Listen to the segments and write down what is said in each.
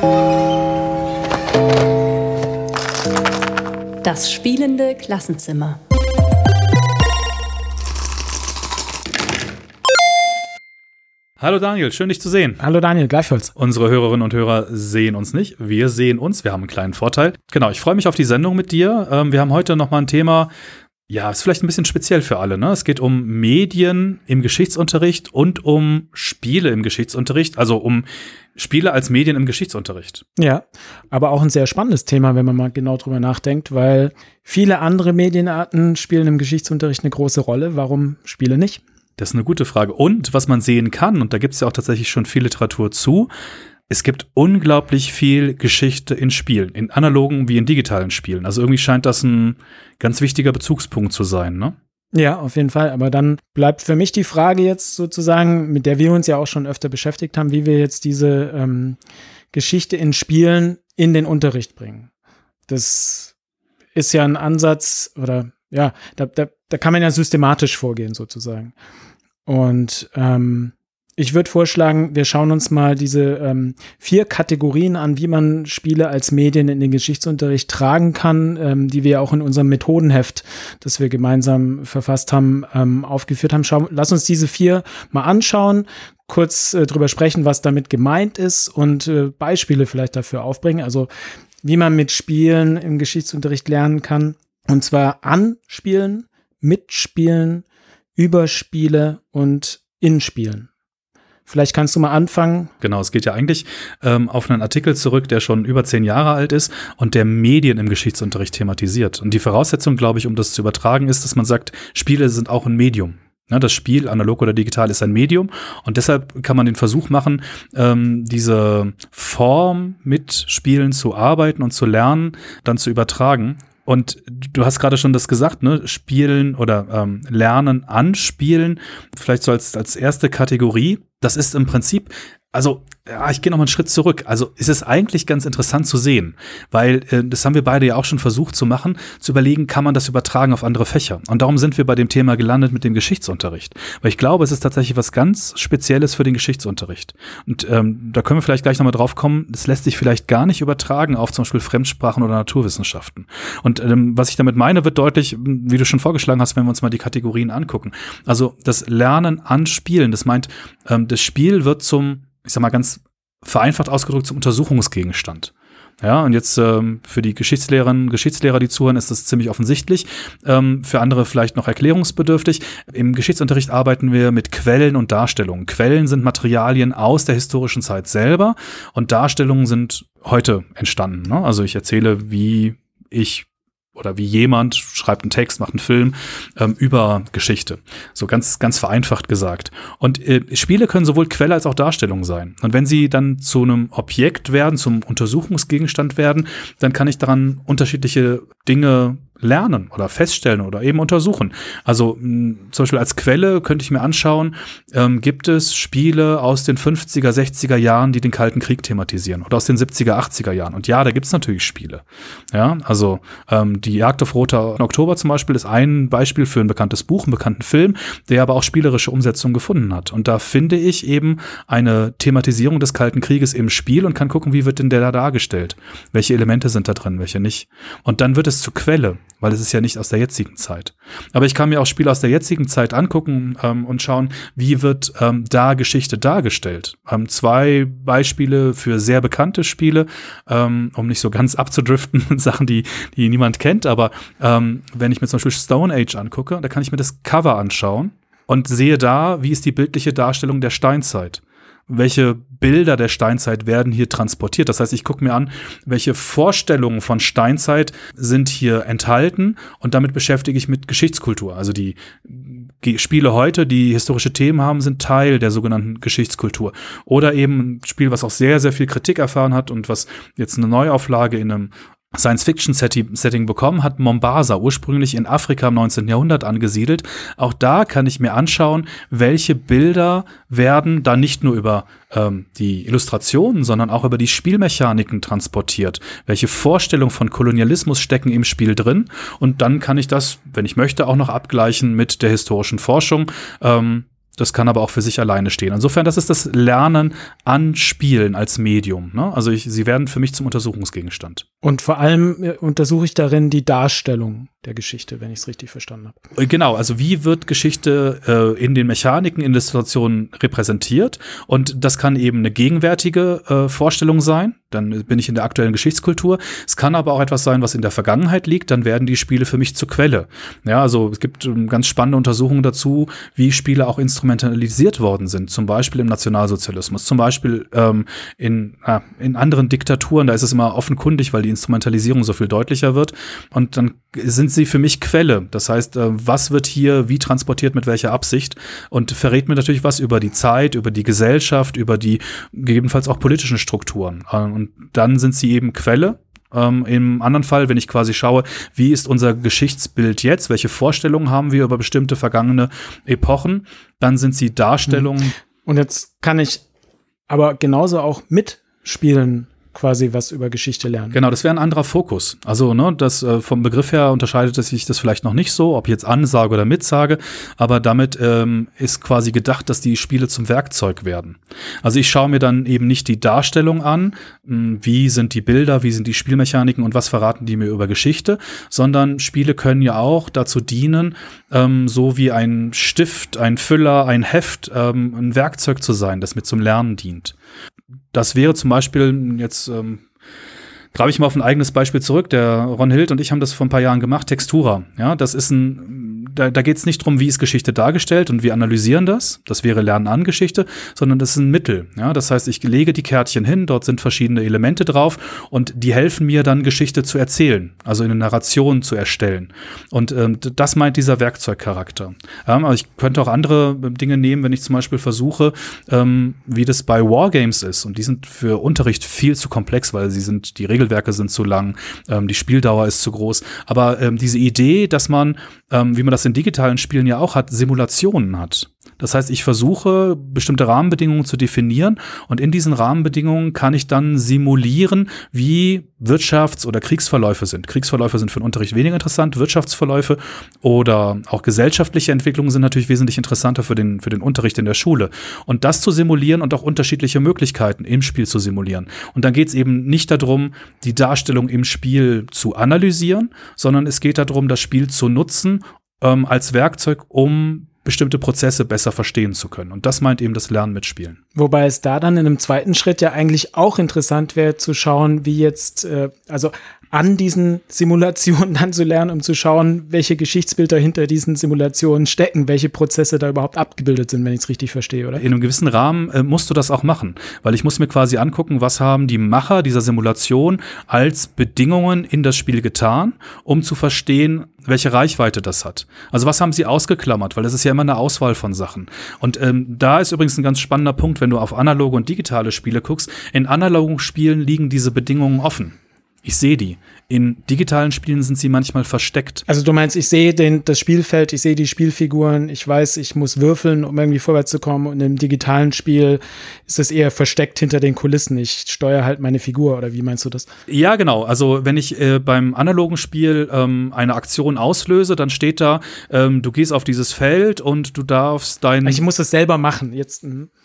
Das spielende Klassenzimmer. Hallo Daniel, schön dich zu sehen. Hallo Daniel, gleichfalls. Unsere Hörerinnen und Hörer sehen uns nicht, wir sehen uns, wir haben einen kleinen Vorteil. Genau, ich freue mich auf die Sendung mit dir. Wir haben heute nochmal ein Thema, ja, ist vielleicht ein bisschen speziell für alle, ne? Es geht um Medien im Geschichtsunterricht und um Spiele im Geschichtsunterricht, also um Spiele als Medien im Geschichtsunterricht. Ja, aber auch ein sehr spannendes Thema, wenn man mal genau drüber nachdenkt, weil viele andere Medienarten spielen im Geschichtsunterricht eine große Rolle. Warum Spiele nicht? Das ist eine gute Frage. Und was man sehen kann, und da gibt es ja auch tatsächlich schon viel Literatur zu, es gibt unglaublich viel Geschichte in Spielen, in analogen wie in digitalen Spielen. Also irgendwie scheint das ein ganz wichtiger Bezugspunkt zu sein, ne? Ja, auf jeden Fall. Aber dann bleibt für mich die Frage jetzt sozusagen, mit der wir uns ja auch schon öfter beschäftigt haben, wie wir jetzt diese Geschichte in Spielen in den Unterricht bringen. Das ist ja ein Ansatz, oder ja, da kann man ja systematisch vorgehen sozusagen. Und ich würde vorschlagen, wir schauen uns mal diese 4 Kategorien an, wie man Spiele als Medien in den Geschichtsunterricht tragen kann, die wir auch in unserem Methodenheft, das wir gemeinsam verfasst haben, aufgeführt haben. Lass uns diese 4 mal anschauen, kurz drüber sprechen, was damit gemeint ist und Beispiele vielleicht dafür aufbringen. Also wie man mit Spielen im Geschichtsunterricht lernen kann. Und zwar an Spielen, mit Spielen, über Spiele und in Spielen. Vielleicht kannst du mal anfangen. Genau, es geht ja eigentlich auf einen Artikel zurück, der schon über 10 Jahre alt ist und der Medien im Geschichtsunterricht thematisiert. Und die Voraussetzung, glaube ich, um das zu übertragen, ist, dass man sagt, Spiele sind auch ein Medium. Ne, das Spiel, analog oder digital, ist ein Medium. Und deshalb kann man den Versuch machen, diese Form mit Spielen zu arbeiten und zu lernen, dann zu übertragen. Und du hast gerade schon das gesagt, ne? Spielen oder Lernen an Spielen, vielleicht so als erste Kategorie. Das ist im Prinzip, also ja, ich gehe noch mal einen Schritt zurück. Also es ist eigentlich ganz interessant zu sehen, weil das haben wir beide ja auch schon versucht zu machen, zu überlegen, kann man das übertragen auf andere Fächer? Und darum sind wir bei dem Thema gelandet mit dem Geschichtsunterricht. Weil ich glaube, es ist tatsächlich was ganz Spezielles für den Geschichtsunterricht. Und da können wir vielleicht gleich nochmal drauf kommen, das lässt sich vielleicht gar nicht übertragen auf zum Beispiel Fremdsprachen oder Naturwissenschaften. Und was ich damit meine, wird deutlich, wie du schon vorgeschlagen hast, wenn wir uns mal die Kategorien angucken. Also das Lernen an Spielen, das meint, das Spiel wird zum, ich sag mal ganz vereinfacht ausgedrückt, zum Untersuchungsgegenstand. Ja, und jetzt für die Geschichtslehrerinnen und Geschichtslehrer, die zuhören, ist das ziemlich offensichtlich. Für andere vielleicht noch erklärungsbedürftig. Im Geschichtsunterricht arbeiten wir mit Quellen und Darstellungen. Quellen sind Materialien aus der historischen Zeit selber und Darstellungen sind heute entstanden. Ne? Also ich erzähle, wie jemand schreibt einen Text, macht einen Film über Geschichte. So ganz, ganz vereinfacht gesagt. Und Spiele können sowohl Quelle als auch Darstellung sein. Und wenn sie dann zu einem Objekt werden, zum Untersuchungsgegenstand werden, dann kann ich daran unterschiedliche Dinge lernen oder feststellen oder eben untersuchen. Also zum Beispiel als Quelle könnte ich mir anschauen, gibt es Spiele aus den 50er, 60er Jahren, die den Kalten Krieg thematisieren oder aus den 70er, 80er Jahren. Und ja, da gibt es natürlich Spiele. Ja, also die Jagd auf Roter Oktober zum Beispiel ist ein Beispiel für ein bekanntes Buch, einen bekannten Film, der aber auch spielerische Umsetzung gefunden hat. Und da finde ich eben eine Thematisierung des Kalten Krieges im Spiel und kann gucken, wie wird denn der da dargestellt? Welche Elemente sind da drin, welche nicht? Und dann wird es zur Quelle, weil es ist ja nicht aus der jetzigen Zeit. Aber ich kann mir auch Spiele aus der jetzigen Zeit angucken und schauen, wie wird da Geschichte dargestellt. 2 Beispiele für sehr bekannte Spiele, um nicht so ganz abzudriften mit Sachen, die niemand kennt, aber wenn ich mir zum Beispiel Stone Age angucke, da kann ich mir das Cover anschauen und sehe da, wie ist die bildliche Darstellung der Steinzeit. Welche Bilder der Steinzeit werden hier transportiert? Das heißt, ich gucke mir an, welche Vorstellungen von Steinzeit sind hier enthalten und damit beschäftige ich mit Geschichtskultur. Also die Spiele heute, die historische Themen haben, sind Teil der sogenannten Geschichtskultur. Oder eben ein Spiel, was auch sehr, sehr viel Kritik erfahren hat und was jetzt eine Neuauflage in einem Science-Fiction-Setting bekommen hat, Mombasa, ursprünglich in Afrika im 19. Jahrhundert angesiedelt. Auch da kann ich mir anschauen, welche Bilder werden da nicht nur über die Illustrationen, sondern auch über die Spielmechaniken transportiert. Welche Vorstellungen von Kolonialismus stecken im Spiel drin? Und dann kann ich das, wenn ich möchte, auch noch abgleichen mit der historischen Forschung. Das kann aber auch für sich alleine stehen. Insofern, das ist das Lernen an Spielen als Medium. Ne? Also sie werden für mich zum Untersuchungsgegenstand. Und vor allem untersuche ich darin die Darstellung der Geschichte, wenn ich es richtig verstanden habe. Genau, also wie wird Geschichte in den Mechaniken, in Illustrationen repräsentiert? Und das kann eben eine gegenwärtige Vorstellung sein. Dann bin ich in der aktuellen Geschichtskultur. Es kann aber auch etwas sein, was in der Vergangenheit liegt. Dann werden die Spiele für mich zur Quelle. Ja, also es gibt ganz spannende Untersuchungen dazu, wie Spiele auch instrumentalisiert worden sind. Zum Beispiel im Nationalsozialismus, zum Beispiel in anderen Diktaturen. Da ist es immer offenkundig, weil die Instrumentalisierung so viel deutlicher wird. Und dann sind sie für mich Quelle. Das heißt, was wird hier wie transportiert, mit welcher Absicht? Und verrät mir natürlich was über die Zeit, über die Gesellschaft, über die gegebenenfalls auch politischen Strukturen. Und dann sind sie eben Quelle. Im anderen Fall, wenn ich quasi schaue, wie ist unser Geschichtsbild jetzt, welche Vorstellungen haben wir über bestimmte vergangene Epochen, dann sind sie Darstellungen. Und jetzt kann ich aber genauso auch mitspielen, quasi was über Geschichte lernen. Genau, das wäre ein anderer Fokus. Also, ne, das vom Begriff her unterscheidet sich das vielleicht noch nicht so, ob ich jetzt Ansage oder Mitsage, aber damit ist quasi gedacht, dass die Spiele zum Werkzeug werden. Also ich schaue mir dann eben nicht die Darstellung an, wie sind die Bilder, wie sind die Spielmechaniken und was verraten die mir über Geschichte, sondern Spiele können ja auch dazu dienen, so wie ein Stift, ein Füller, ein Heft, ein Werkzeug zu sein, das mir zum Lernen dient. Das wäre zum Beispiel, jetzt greife ich mal auf ein eigenes Beispiel zurück, der Ron Hild und ich haben das vor ein paar Jahren gemacht, Textura. Ja, das ist da geht es nicht darum, wie ist Geschichte dargestellt und wir analysieren das wäre Lernen an Geschichte, sondern das ist ein Mittel. Ja, das heißt, ich lege die Kärtchen hin, dort sind verschiedene Elemente drauf und die helfen mir dann, Geschichte zu erzählen, also eine Narration zu erstellen. Und das meint dieser Werkzeugcharakter. Also ich könnte auch andere Dinge nehmen, wenn ich zum Beispiel versuche, wie das bei Wargames ist. Und die sind für Unterricht viel zu komplex, weil die Regelwerke sind zu lang, die Spieldauer ist zu groß. Aber diese Idee, dass man, wie man das in digitalen Spielen ja auch hat, Simulationen hat. Das heißt, ich versuche, bestimmte Rahmenbedingungen zu definieren und in diesen Rahmenbedingungen kann ich dann simulieren, wie Wirtschafts- oder Kriegsverläufe sind. Kriegsverläufe sind für den Unterricht weniger interessant, Wirtschaftsverläufe oder auch gesellschaftliche Entwicklungen sind natürlich wesentlich interessanter für den Unterricht in der Schule. Und das zu simulieren und auch unterschiedliche Möglichkeiten im Spiel zu simulieren. Und dann geht es eben nicht darum, die Darstellung im Spiel zu analysieren, sondern es geht darum, das Spiel zu nutzen als Werkzeug, um bestimmte Prozesse besser verstehen zu können. Und das meint eben das Lernen mit Spielen. Wobei es da dann in einem zweiten Schritt ja eigentlich auch interessant wäre, zu schauen, wie jetzt, also an diesen Simulationen dann zu lernen, um zu schauen, welche Geschichtsbilder hinter diesen Simulationen stecken, welche Prozesse da überhaupt abgebildet sind, wenn ich es richtig verstehe, oder? In einem gewissen Rahmen musst du das auch machen, weil ich muss mir quasi angucken, was haben die Macher dieser Simulation als Bedingungen in das Spiel getan, um zu verstehen, welche Reichweite das hat. Also was haben sie ausgeklammert, weil das ist ja immer eine Auswahl von Sachen. Und da ist übrigens ein ganz spannender Punkt, wenn du auf analoge und digitale Spiele guckst. In analogen Spielen liegen diese Bedingungen offen. Ich sehe die. In digitalen Spielen sind sie manchmal versteckt. Also du meinst, ich sehe das Spielfeld, ich sehe die Spielfiguren, ich weiß, ich muss würfeln, um irgendwie vorwärts zu kommen und im digitalen Spiel ist es eher versteckt hinter den Kulissen. Ich steuere halt meine Figur, oder wie meinst du das? Ja, genau. Also wenn ich beim analogen Spiel eine Aktion auslöse, dann steht da, du gehst auf dieses Feld und du darfst Ich muss es selber machen. Jetzt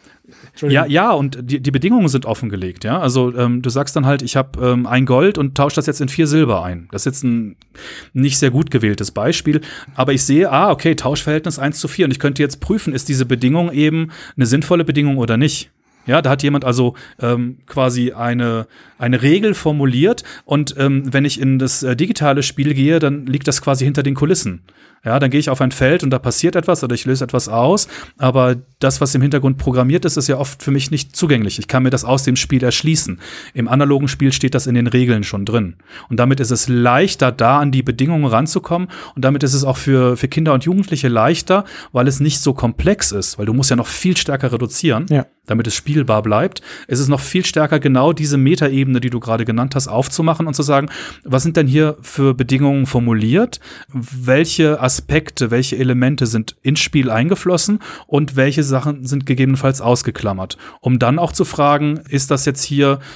Ja, und die Bedingungen sind offengelegt, ja. Also du sagst dann halt, ich habe ein Gold und tausche das jetzt in 4 Silber ein. Das ist jetzt ein nicht sehr gut gewähltes Beispiel. Aber ich sehe, okay, Tauschverhältnis 1:4. Und ich könnte jetzt prüfen, ist diese Bedingung eben eine sinnvolle Bedingung oder nicht. Ja, da hat jemand also quasi eine Regel formuliert und wenn ich in das digitale Spiel gehe, dann liegt das quasi hinter den Kulissen. Ja, dann gehe ich auf ein Feld und da passiert etwas oder ich löse etwas aus, aber das, was im Hintergrund programmiert ist, ist ja oft für mich nicht zugänglich. Ich kann mir das aus dem Spiel erschließen. Im analogen Spiel steht das in den Regeln schon drin. Und damit ist es leichter, da an die Bedingungen ranzukommen und damit ist es auch für Kinder und Jugendliche leichter, weil es nicht so komplex ist, weil du musst ja noch viel stärker reduzieren, damit es spielbar bleibt. Es ist noch viel stärker, genau diese Metaebene, die du gerade genannt hast, aufzumachen und zu sagen, was sind denn hier für Bedingungen formuliert? Welche Aspekte, welche Elemente sind ins Spiel eingeflossen und welche Sachen sind gegebenenfalls ausgeklammert? Um dann auch zu fragen, ist das jetzt hier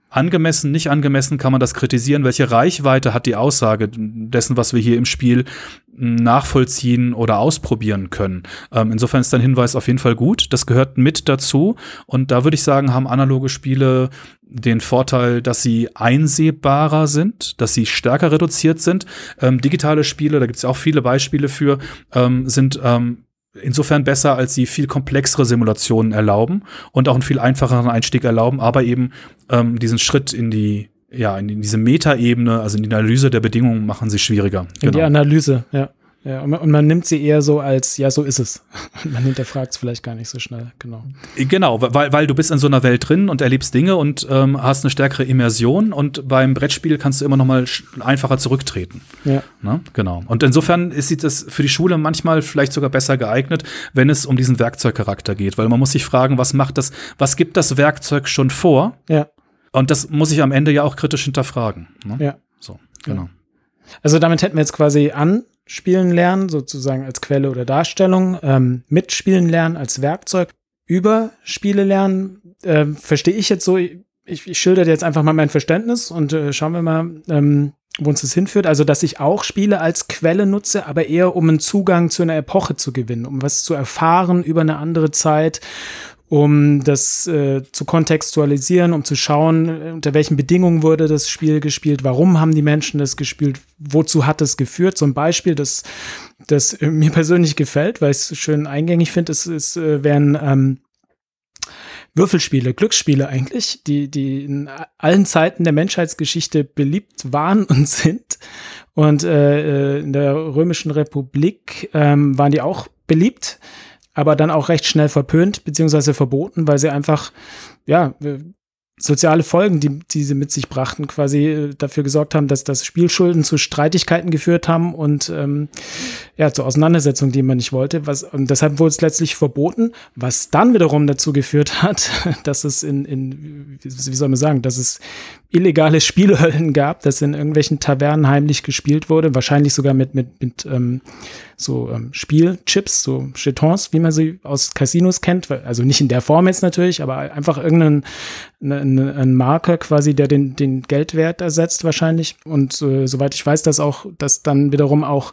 angemessen, nicht angemessen, kann man das kritisieren? Welche Reichweite hat die Aussage dessen, was wir hier im Spiel nachvollziehen oder ausprobieren können? Insofern ist dein Hinweis auf jeden Fall gut. Das gehört mit dazu. Und da würde ich sagen, haben analoge Spiele den Vorteil, dass sie einsehbarer sind, dass sie stärker reduziert sind. Digitale Spiele, da gibt es auch viele Beispiele für, sind insofern besser, als sie viel komplexere Simulationen erlauben und auch einen viel einfacheren Einstieg erlauben, aber eben diesen Schritt in diese Metaebene, also in die Analyse der Bedingungen, machen sie schwieriger. In die Analyse, ja. Ja, und man nimmt sie eher so als, ja, so ist es. Man hinterfragt es vielleicht gar nicht so schnell, genau. Genau, weil du bist in so einer Welt drin und erlebst Dinge und hast eine stärkere Immersion und beim Brettspiel kannst du immer noch mal einfacher zurücktreten. Ja. Ne? Genau. Und insofern ist das für die Schule manchmal vielleicht sogar besser geeignet, wenn es um diesen Werkzeugcharakter geht, weil man muss sich fragen, was gibt das Werkzeug schon vor? Ja. Und das muss ich am Ende ja auch kritisch hinterfragen. Ne? Ja. So, genau. Ja. Also damit hätten wir jetzt quasi Spielen lernen, sozusagen als Quelle oder Darstellung, mitspielen lernen als Werkzeug, über Spiele lernen, verstehe ich jetzt so, ich schilder dir jetzt einfach mal mein Verständnis und schauen wir mal, wo uns das hinführt. Also, dass ich auch Spiele als Quelle nutze, aber eher um einen Zugang zu einer Epoche zu gewinnen, um was zu erfahren über eine andere Zeit, um das zu kontextualisieren, um zu schauen, unter welchen Bedingungen wurde das Spiel gespielt, warum haben die Menschen das gespielt, wozu hat es geführt. So ein Beispiel, das mir persönlich gefällt, weil ich es schön eingängig finde, wären Würfelspiele, Glücksspiele eigentlich, die in allen Zeiten der Menschheitsgeschichte beliebt waren und sind. Und in der Römischen Republik waren die auch beliebt, aber dann auch recht schnell verpönt beziehungsweise verboten, weil sie einfach, soziale Folgen, die sie mit sich brachten, quasi dafür gesorgt haben, dass Spielschulden zu Streitigkeiten geführt haben und zu Auseinandersetzungen, die man nicht wollte. Und deshalb wurde es letztlich verboten, was dann wiederum dazu geführt hat, dass es wie soll man sagen, dass es illegale Spielhöllen gab, dass in irgendwelchen Tavernen heimlich gespielt wurde, wahrscheinlich sogar mit Spielchips, so Jetons, wie man sie aus Casinos kennt, also nicht in der Form jetzt natürlich, aber einfach irgendein Marker quasi, der den Geldwert ersetzt wahrscheinlich. Und soweit ich weiß, dass dann wiederum auch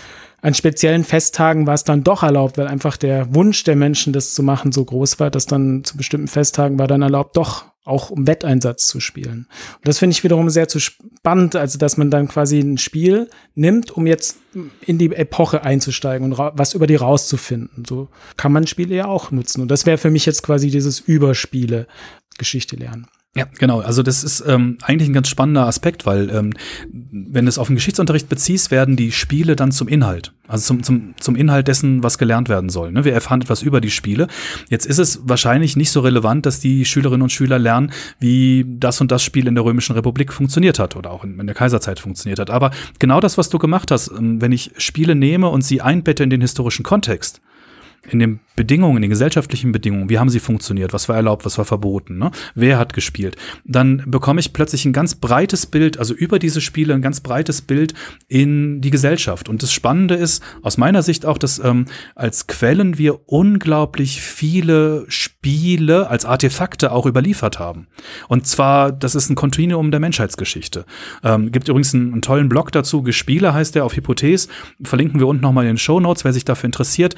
an speziellen Festtagen war es dann doch erlaubt, weil einfach der Wunsch der Menschen, das zu machen, so groß war, dass dann zu bestimmten Festtagen war dann erlaubt, doch auch um Wetteinsatz zu spielen. Und das finde ich wiederum sehr zu spannend, also dass man dann quasi ein Spiel nimmt, um jetzt in die Epoche einzusteigen und was über die rauszufinden. So kann man Spiele ja auch nutzen. Und das wäre für mich jetzt quasi dieses Überspiele Geschichte lernen. Ja, genau. Also das ist eigentlich ein ganz spannender Aspekt, weil wenn du es auf den Geschichtsunterricht beziehst, werden die Spiele dann zum Inhalt. Also zum Inhalt dessen, was gelernt werden soll. Ne? Wir erfahren etwas über die Spiele. Jetzt ist es wahrscheinlich nicht so relevant, dass die Schülerinnen und Schüler lernen, wie das und das Spiel in der Römischen Republik funktioniert hat oder auch in der Kaiserzeit funktioniert hat. Aber genau das, was du gemacht hast, wenn ich Spiele nehme und sie einbette in den historischen Kontext, in den Bedingungen, in den gesellschaftlichen Bedingungen, wie haben sie funktioniert, was war erlaubt, was war verboten, ne? Wer hat gespielt, dann bekomme ich plötzlich ein ganz breites Bild, also über diese Spiele ein ganz breites Bild in die Gesellschaft. Und das Spannende ist, aus meiner Sicht auch, dass als Quellen wir unglaublich viele Spiele als Artefakte auch überliefert haben. Und zwar, das ist ein Kontinuum der Menschheitsgeschichte. Gibt übrigens einen tollen Blog dazu, Gespiele heißt der, auf Hypothese, verlinken wir unten nochmal in den Shownotes, wer sich dafür interessiert.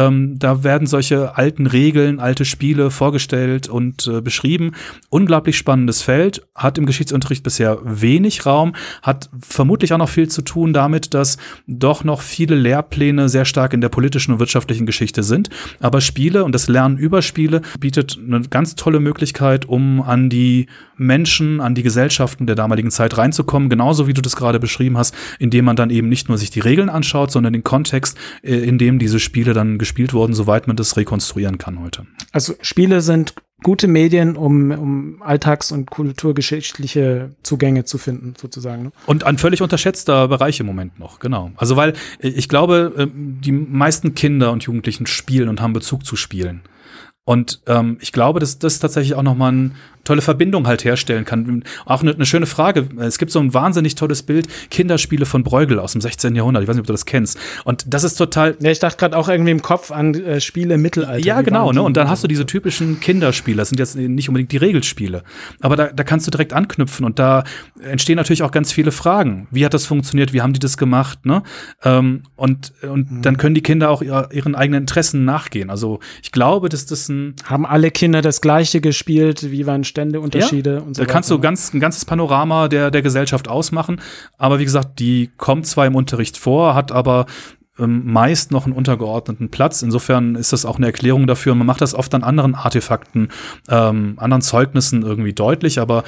Da werden solche alten Regeln, alte Spiele vorgestellt und beschrieben. Unglaublich spannendes Feld, hat im Geschichtsunterricht bisher wenig Raum, hat vermutlich auch noch viel zu tun damit, dass doch noch viele Lehrpläne sehr stark in der politischen und wirtschaftlichen Geschichte sind. Aber Spiele und das Lernen über Spiele bietet eine ganz tolle Möglichkeit, um an die Menschen, an die Gesellschaften der damaligen Zeit reinzukommen, genauso wie du das gerade beschrieben hast, indem man dann eben nicht nur sich die Regeln anschaut, sondern den Kontext, in dem diese Spiele dann gespielt wurden, soweit man das rekonstruieren kann heute. Also Spiele sind gute Medien, um alltags- und kulturgeschichtliche Zugänge zu finden, sozusagen. Ne? Und ein völlig unterschätzter Bereich im Moment noch, genau. Also weil ich glaube, die meisten Kinder und Jugendlichen spielen und haben Bezug zu Spielen. Und ich glaube, dass das tatsächlich auch nochmal eine tolle Verbindung halt herstellen kann. Auch eine schöne Frage. Es gibt so ein wahnsinnig tolles Bild, Kinderspiele von Bruegel aus dem 16. Jahrhundert. Ich weiß nicht, ob du das kennst. Und das ist total. Ja, ich dachte gerade auch irgendwie im Kopf an Spiele im Mittelalter. Ja, genau. Ne? Und dann hast du diese typischen Kinderspiele. Das sind jetzt nicht unbedingt die Regelspiele. Aber da kannst du direkt anknüpfen. Und da entstehen natürlich auch ganz viele Fragen. Wie hat das funktioniert? Wie haben die das gemacht? Ne? Und dann können die Kinder auch ihren eigenen Interessen nachgehen. Also ich glaube, dass das haben alle Kinder das Gleiche gespielt? Wie waren Ständeunterschiede und so weiter? Da kannst du ein ganzes Panorama der Gesellschaft ausmachen. Aber wie gesagt, die kommt zwar im Unterricht vor, hat aber meist noch einen untergeordneten Platz. Insofern ist das auch eine Erklärung dafür. Man macht das oft an anderen Artefakten, anderen Zeugnissen irgendwie deutlich. Aber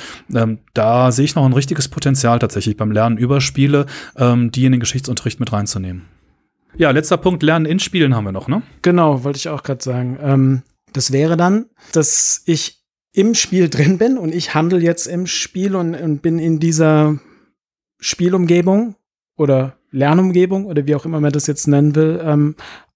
da sehe ich noch ein richtiges Potenzial tatsächlich beim Lernen über Spiele, die in den Geschichtsunterricht mit reinzunehmen. Ja, letzter Punkt, Lernen in Spielen haben wir noch, ne? Genau, wollte ich auch gerade sagen. Das wäre dann, dass ich im Spiel drin bin und ich handle jetzt im Spiel und bin in dieser Spielumgebung oder Lernumgebung oder wie auch immer man das jetzt nennen will,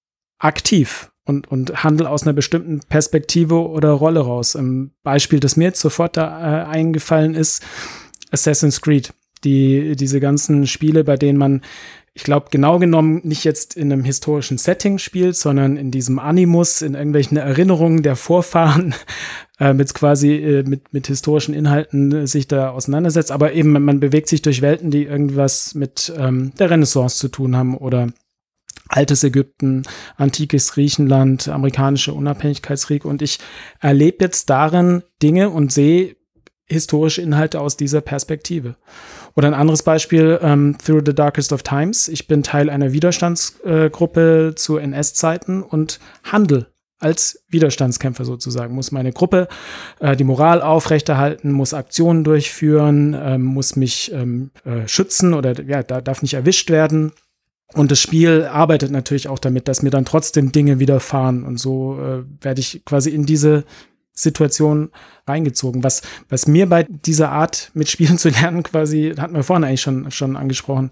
aktiv und handle aus einer bestimmten Perspektive oder Rolle raus. Ein Beispiel, das mir jetzt sofort da eingefallen ist, Assassin's Creed. Diese ganzen Spiele, bei denen man, ich glaube, genau genommen nicht jetzt in einem historischen Setting spielt, sondern in diesem Animus, in irgendwelchen Erinnerungen der Vorfahren, mit historischen Inhalten sich da auseinandersetzt. Aber eben, man bewegt sich durch Welten, die irgendwas mit der Renaissance zu tun haben oder altes Ägypten, antikes Griechenland, amerikanische Unabhängigkeitskrieg. Und ich erlebe jetzt darin Dinge und sehe historische Inhalte aus dieser Perspektive. Oder ein anderes Beispiel, Through the Darkest of Times. Ich bin Teil einer Widerstandsgruppe zu NS-Zeiten und handle als Widerstandskämpfer sozusagen. Muss meine Gruppe die Moral aufrechterhalten, muss Aktionen durchführen, muss mich schützen oder darf nicht erwischt werden. Und das Spiel arbeitet natürlich auch damit, dass mir dann trotzdem Dinge widerfahren. Und so werde ich quasi in diese Situation reingezogen. Was mir bei dieser Art mit Spielen zu lernen quasi, hatten wir vorhin eigentlich schon angesprochen,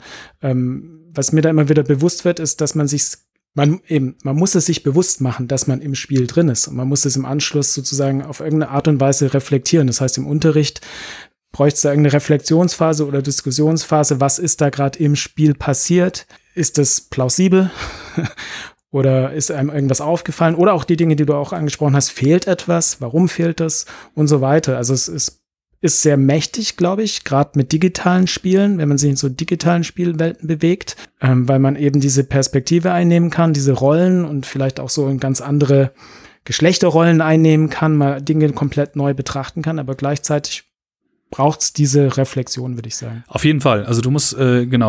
was mir da immer wieder bewusst wird, ist, dass man muss es sich bewusst machen, dass man im Spiel drin ist. Und man muss es im Anschluss sozusagen auf irgendeine Art und Weise reflektieren. Das heißt, im Unterricht bräuchte es da irgendeine Reflexionsphase oder Diskussionsphase. Was ist da gerade im Spiel passiert? Ist das plausibel? Oder ist einem irgendwas aufgefallen? Oder auch die Dinge, die du auch angesprochen hast, fehlt etwas? Warum fehlt das? Und so weiter. Also es ist sehr mächtig, glaube ich, gerade mit digitalen Spielen, wenn man sich in so digitalen Spielwelten bewegt, weil man eben diese Perspektive einnehmen kann, diese Rollen und vielleicht auch so in ganz andere Geschlechterrollen einnehmen kann, mal Dinge komplett neu betrachten kann, aber gleichzeitig braucht es diese Reflexion, würde ich sagen. Auf jeden Fall. Also du musst,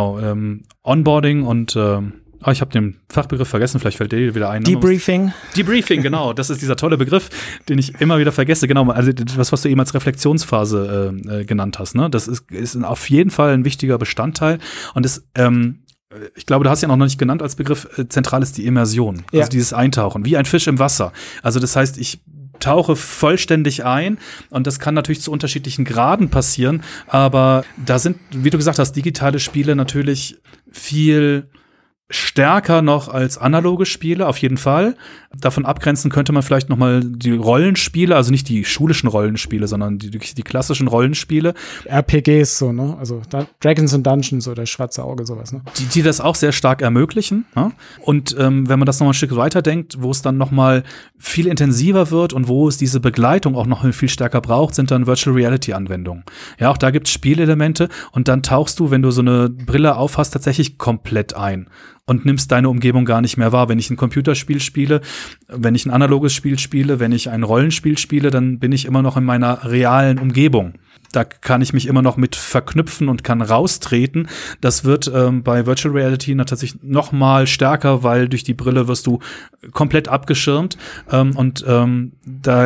Onboarding und ich habe den Fachbegriff vergessen, vielleicht fällt der wieder ein. Debriefing. Debriefing, genau. Das ist dieser tolle Begriff, den ich immer wieder vergesse. Genau, also was du eben als Reflexionsphase genannt hast. Ne? Das ist auf jeden Fall ein wichtiger Bestandteil. Und ich glaube, du hast ja noch nicht genannt als Begriff, zentral ist die Immersion. Ja. Also dieses Eintauchen, wie ein Fisch im Wasser. Also das heißt, ich tauche vollständig ein und das kann natürlich zu unterschiedlichen Graden passieren, aber da sind, wie du gesagt hast, digitale Spiele natürlich viel stärker noch als analoge Spiele, auf jeden Fall. Davon abgrenzen könnte man vielleicht noch mal die Rollenspiele, also nicht die schulischen Rollenspiele, sondern die klassischen Rollenspiele. RPGs so, ne? Also Dragons and Dungeons oder Schwarze Auge, sowas, ne? Die das auch sehr stark ermöglichen. Ne? Und wenn man das noch mal ein Stück weiterdenkt, wo es dann noch mal viel intensiver wird und wo es diese Begleitung auch noch viel stärker braucht, sind dann Virtual Reality Anwendungen. Ja, auch da gibt es Spielelemente und dann tauchst du, wenn du so eine Brille aufhast, tatsächlich komplett ein und nimmst deine Umgebung gar nicht mehr wahr. Wenn ich ein Computerspiel spiele, wenn ich ein analoges Spiel spiele, wenn ich ein Rollenspiel spiele, dann bin ich immer noch in meiner realen Umgebung. Da kann ich mich immer noch mit verknüpfen und kann raustreten. Das wird bei Virtual Reality natürlich noch mal stärker, weil durch die Brille wirst du komplett abgeschirmt. Da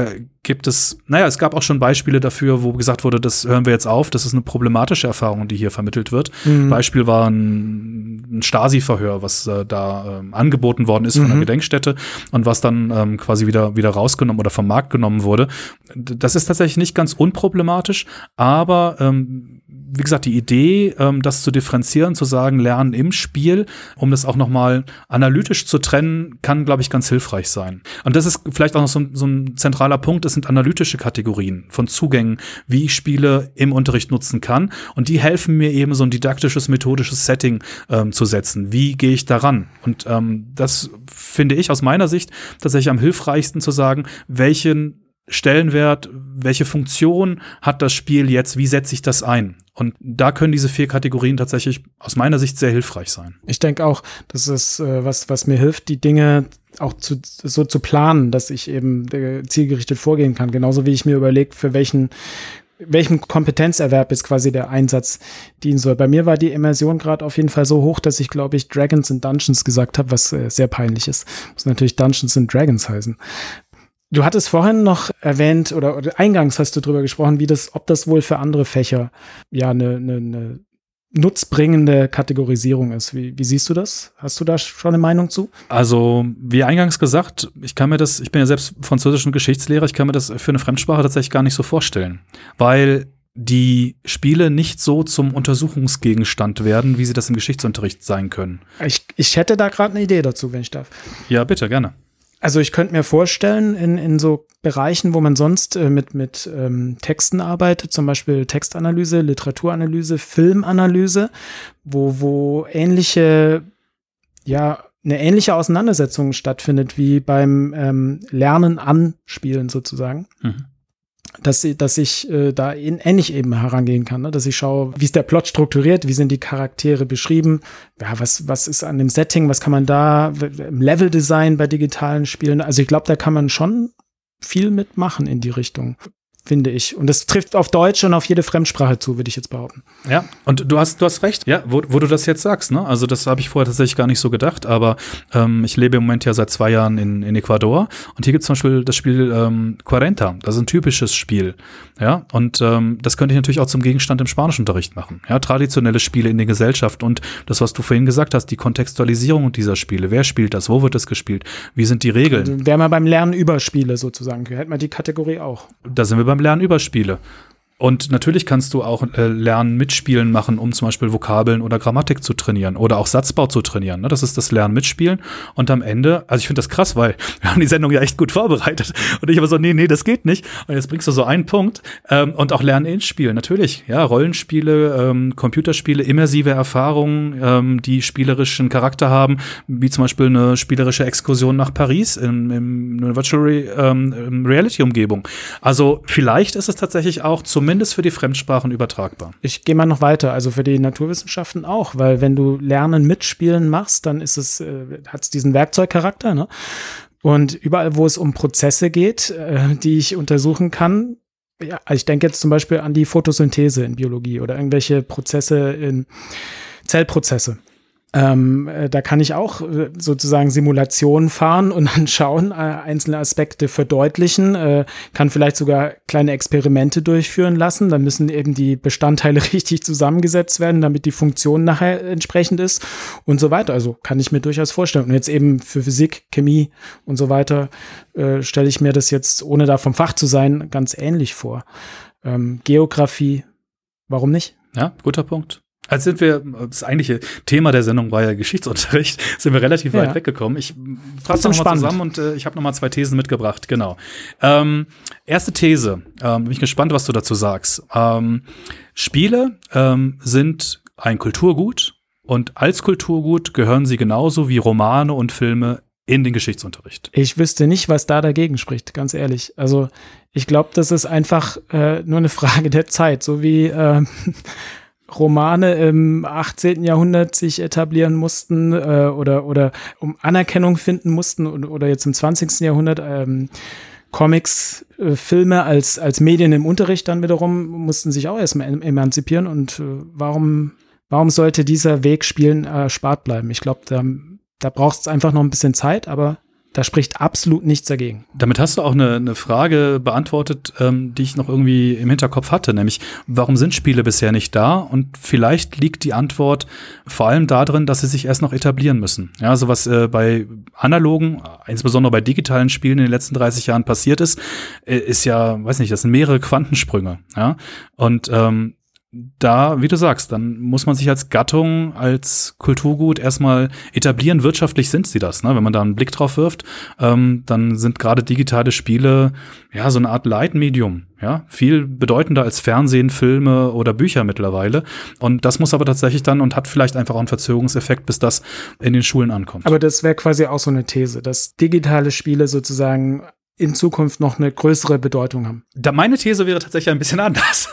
es gab auch schon Beispiele dafür, wo gesagt wurde, das hören wir jetzt auf, das ist eine problematische Erfahrung, die hier vermittelt wird. Beispiel war ein Stasi-Verhör, was da angeboten worden ist von einer Gedenkstätte und was dann quasi wieder rausgenommen oder vom Markt genommen wurde. Das ist tatsächlich nicht ganz unproblematisch, aber wie gesagt, die Idee, das zu differenzieren, zu sagen, Lernen im Spiel, um das auch nochmal analytisch zu trennen, kann, glaube ich, ganz hilfreich sein. Und das ist vielleicht auch noch so ein zentraler Punkt, das sind analytische Kategorien von Zugängen, wie ich Spiele im Unterricht nutzen kann. Und die helfen mir eben, so ein didaktisches, methodisches Setting zu setzen. Wie gehe ich daran? Und das finde ich aus meiner Sicht tatsächlich am hilfreichsten zu sagen, welchen Stellenwert, welche Funktion hat das Spiel jetzt, wie setze ich das ein? Und da können diese 4 Kategorien tatsächlich aus meiner Sicht sehr hilfreich sein. Ich denke auch, das ist was mir hilft, die Dinge auch so zu planen, dass ich eben zielgerichtet vorgehen kann. Genauso wie ich mir überlege, für welchem Kompetenzerwerb jetzt quasi der Einsatz dienen soll. Bei mir war die Immersion gerade auf jeden Fall so hoch, dass ich, glaube ich, Dragons and Dungeons gesagt habe, was sehr peinlich ist. Muss natürlich Dungeons and Dragons heißen. Du hattest vorhin noch erwähnt, oder eingangs hast du drüber gesprochen, ob das wohl für andere Fächer ja eine nutzbringende Kategorisierung ist. Wie siehst du das? Hast du da schon eine Meinung zu? Also, wie eingangs gesagt, ich bin ja selbst Französisch- und Geschichtslehrer, ich kann mir das für eine Fremdsprache tatsächlich gar nicht so vorstellen, weil die Spiele nicht so zum Untersuchungsgegenstand werden, wie sie das im Geschichtsunterricht sein können. Ich hätte da gerade eine Idee dazu, wenn ich darf. Ja, bitte, gerne. Also ich könnte mir vorstellen, in so Bereichen, wo man sonst mit Texten arbeitet, zum Beispiel Textanalyse, Literaturanalyse, Filmanalyse, wo eine ähnliche Auseinandersetzung stattfindet wie beim Lernen an Spielen sozusagen. Dass ich da ähnlich eben herangehen kann, ne? Dass ich schaue, wie ist der Plot strukturiert, wie sind die Charaktere beschrieben, ja, was ist an dem Setting, was kann man da im Leveldesign bei digitalen Spielen, also ich glaube, da kann man schon viel mitmachen in die Richtung, finde ich. Und das trifft auf Deutsch und auf jede Fremdsprache zu, würde ich jetzt behaupten. Ja, und du hast recht, ja, wo du das jetzt sagst, ne? Also das habe ich vorher tatsächlich gar nicht so gedacht, aber ich lebe im Moment ja seit 2 Jahren in Ecuador und hier gibt es zum Beispiel das Spiel Quarenta, das ist ein typisches Spiel, ja, und das könnte ich natürlich auch zum Gegenstand im Spanischunterricht machen, ja, traditionelle Spiele in der Gesellschaft und das, was du vorhin gesagt hast, die Kontextualisierung dieser Spiele, wer spielt das, wo wird das gespielt, wie sind die Regeln? Also, wären wir beim Lernen über Spiele sozusagen, hätten wir die Kategorie auch. Da sind wir beim Lernen über Spiele. Und natürlich kannst du auch Lernen mit Spielen machen, um zum Beispiel Vokabeln oder Grammatik zu trainieren oder auch Satzbau zu trainieren. Ne? Das ist das Lernen mit Spielen. Und am Ende, also ich finde das krass, weil wir haben die Sendung ja echt gut vorbereitet. Und ich aber so, nee, das geht nicht. Und jetzt bringst du so einen Punkt. Und auch Lernen in Spielen. Natürlich, ja, Rollenspiele, Computerspiele, immersive Erfahrungen, die spielerischen Charakter haben, wie zum Beispiel eine spielerische Exkursion nach Paris in einer Virtual Reality-Umgebung. Also vielleicht ist es tatsächlich auch zumindest für die Fremdsprachen übertragbar. Ich gehe mal noch weiter, also für die Naturwissenschaften auch, weil wenn du Lernen mit Spielen machst, dann ist es, hat es diesen Werkzeugcharakter, ne? Und überall, wo es um Prozesse geht, die ich untersuchen kann, ja, ich denke jetzt zum Beispiel an die Photosynthese in Biologie oder irgendwelche Prozesse in Zellprozesse. Da kann ich auch sozusagen Simulationen fahren und dann schauen, einzelne Aspekte verdeutlichen, kann vielleicht sogar kleine Experimente durchführen lassen. Dann müssen eben die Bestandteile richtig zusammengesetzt werden, damit die Funktion nachher entsprechend ist und so weiter. Also kann ich mir durchaus vorstellen. Und jetzt eben für Physik, Chemie und so weiter stelle ich mir das jetzt, ohne da vom Fach zu sein, ganz ähnlich vor. Geografie, warum nicht? Ja, guter Punkt. Also sind wir, das eigentliche Thema der Sendung war ja Geschichtsunterricht, sind wir relativ weit weggekommen. Ich fasse nochmal zusammen und ich habe nochmal 2 Thesen mitgebracht, genau. Erste These, bin ich gespannt, was du dazu sagst. Spiele sind ein Kulturgut und als Kulturgut gehören sie genauso wie Romane und Filme in den Geschichtsunterricht. Ich wüsste nicht, was da dagegen spricht, ganz ehrlich. Also ich glaube, das ist einfach nur eine Frage der Zeit, so wie Romane im 18. Jahrhundert sich etablieren mussten oder um Anerkennung finden mussten oder jetzt im 20. Jahrhundert Comics, Filme als Medien im Unterricht dann wiederum mussten sich auch erstmal emanzipieren und warum sollte dieser Weg Spielen erspart bleiben? Ich glaube, da braucht es einfach noch ein bisschen Zeit, aber Da spricht absolut nichts dagegen. Damit hast du auch eine Frage beantwortet, die ich noch irgendwie im Hinterkopf hatte, nämlich warum sind Spiele bisher nicht da? Und vielleicht liegt die Antwort vor allem darin, dass sie sich erst noch etablieren müssen. Ja, so was bei analogen, insbesondere bei digitalen Spielen in den letzten 30 Jahren passiert ist ja, weiß nicht, das sind mehrere Quantensprünge. Ja, und da, wie du sagst, dann muss man sich als Gattung, als Kulturgut erstmal etablieren. Wirtschaftlich sind sie das, ne? Wenn man da einen Blick drauf wirft, dann sind gerade digitale Spiele ja so eine Art Leitmedium, ja, viel bedeutender als Fernsehen, Filme oder Bücher mittlerweile. Und das muss aber tatsächlich dann und hat vielleicht einfach auch einen Verzögerungseffekt, bis das in den Schulen ankommt. Aber das wäre quasi auch so eine These, dass digitale Spiele sozusagen in Zukunft noch eine größere Bedeutung haben. Meine These wäre tatsächlich ein bisschen anders.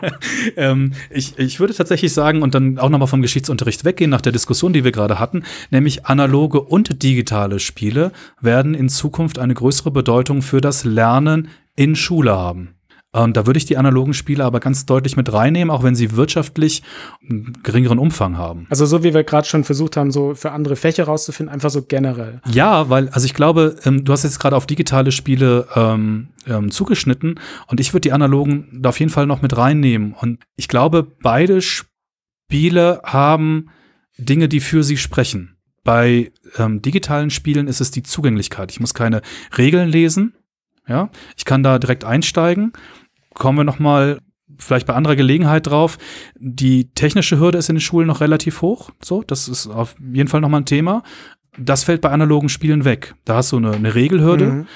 Ich würde tatsächlich sagen, und dann auch nochmal vom Geschichtsunterricht weggehen, nach der Diskussion, die wir gerade hatten, nämlich analoge und digitale Spiele werden in Zukunft eine größere Bedeutung für das Lernen in Schule haben. Und da würde ich die analogen Spiele aber ganz deutlich mit reinnehmen, auch wenn sie wirtschaftlich einen geringeren Umfang haben. Also so wie wir gerade schon versucht haben, so für andere Fächer rauszufinden, einfach so generell. Ja, weil, also ich glaube, du hast jetzt gerade auf digitale Spiele zugeschnitten und ich würde die analogen da auf jeden Fall noch mit reinnehmen. Und ich glaube, beide Spiele haben Dinge, die für sie sprechen. Bei digitalen Spielen ist es die Zugänglichkeit. Ich muss keine Regeln lesen. Ja, ich kann da direkt einsteigen. Kommen wir noch mal vielleicht bei anderer Gelegenheit drauf. Die technische Hürde ist in den Schulen noch relativ hoch. So, das ist auf jeden Fall noch mal ein Thema. Das fällt bei analogen Spielen weg. Da hast du eine Regelhürde.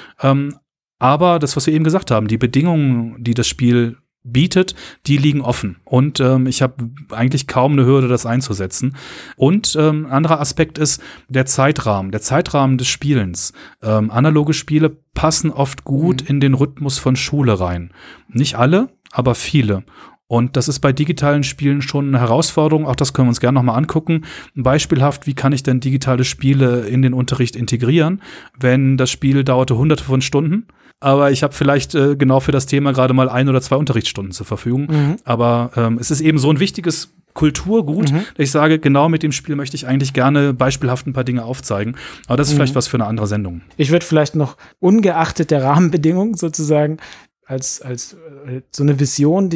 Aber das, was wir eben gesagt haben, die Bedingungen, die das Spiel bietet, die liegen offen. Und ich habe eigentlich kaum eine Hürde, das einzusetzen. Und ein anderer Aspekt ist der Zeitrahmen des Spielens. Analoge Spiele passen oft gut in den Rhythmus von Schule rein. Nicht alle, aber viele. Und das ist bei digitalen Spielen schon eine Herausforderung. Auch das können wir uns gerne nochmal angucken. Beispielhaft, wie kann ich denn digitale Spiele in den Unterricht integrieren, wenn das Spiel dauerte Hunderte von Stunden, aber ich habe vielleicht genau für das Thema gerade mal 1 oder 2 Unterrichtsstunden zur Verfügung. Aber es ist eben so ein wichtiges Kulturgut, dass ich sage, genau mit dem Spiel möchte ich eigentlich gerne beispielhaft ein paar Dinge aufzeigen. Aber das ist vielleicht was für eine andere Sendung. Ich würde vielleicht noch, ungeachtet der Rahmenbedingungen sozusagen, als so eine Vision,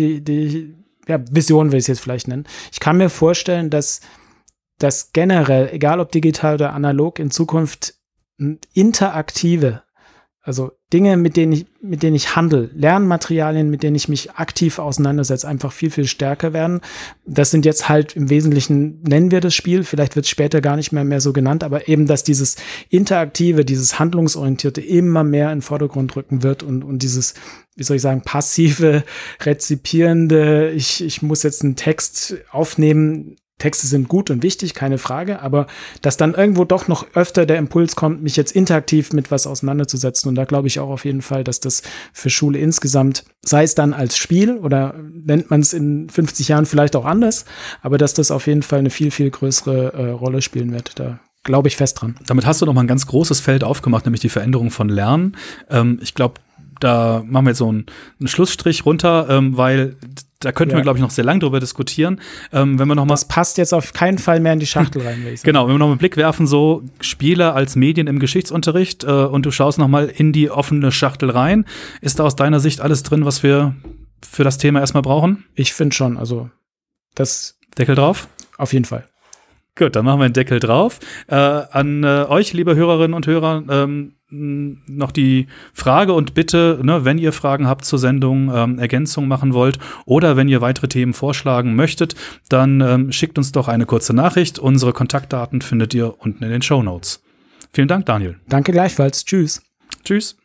Vision will ich es jetzt vielleicht nennen. Ich kann mir vorstellen, dass das generell, egal ob digital oder analog, in Zukunft interaktive, also Dinge, mit denen ich handle, Lernmaterialien, mit denen ich mich aktiv auseinandersetze, einfach viel, viel stärker werden. Das sind jetzt halt im Wesentlichen, nennen wir das Spiel, vielleicht wird es später gar nicht mehr so genannt, aber eben, dass dieses Interaktive, dieses Handlungsorientierte immer mehr in den Vordergrund rücken wird und dieses, wie soll ich sagen, passive, rezipierende, ich muss jetzt einen Text aufnehmen. Texte sind gut und wichtig, keine Frage, aber dass dann irgendwo doch noch öfter der Impuls kommt, mich jetzt interaktiv mit was auseinanderzusetzen. Und da glaube ich auch auf jeden Fall, dass das für Schule insgesamt, sei es dann als Spiel oder nennt man es in 50 Jahren vielleicht auch anders, aber dass das auf jeden Fall eine viel, viel größere Rolle spielen wird. Da glaube ich fest dran. Damit hast du noch mal ein ganz großes Feld aufgemacht, nämlich die Veränderung von Lernen. Ich glaube, da machen wir jetzt so einen Schlussstrich runter, weil da könnten wir, glaube ich, noch sehr lange drüber diskutieren. Wenn wir noch mal das passt jetzt auf keinen Fall mehr in die Schachtel rein, würde ich sagen. Genau, wenn wir noch mal einen Blick werfen, so Spiele als Medien im Geschichtsunterricht und du schaust noch mal in die offene Schachtel rein. Ist da aus deiner Sicht alles drin, was wir für das Thema erstmal brauchen? Ich finde schon, also das Deckel drauf? Auf jeden Fall. Gut, dann machen wir einen Deckel drauf. An euch, liebe Hörerinnen und Hörer, noch die Frage und Bitte, ne, wenn ihr Fragen habt zur Sendung, Ergänzungen machen wollt oder wenn ihr weitere Themen vorschlagen möchtet, dann schickt uns doch eine kurze Nachricht. Unsere Kontaktdaten findet ihr unten in den Shownotes. Vielen Dank, Daniel. Danke gleichfalls. Tschüss. Tschüss.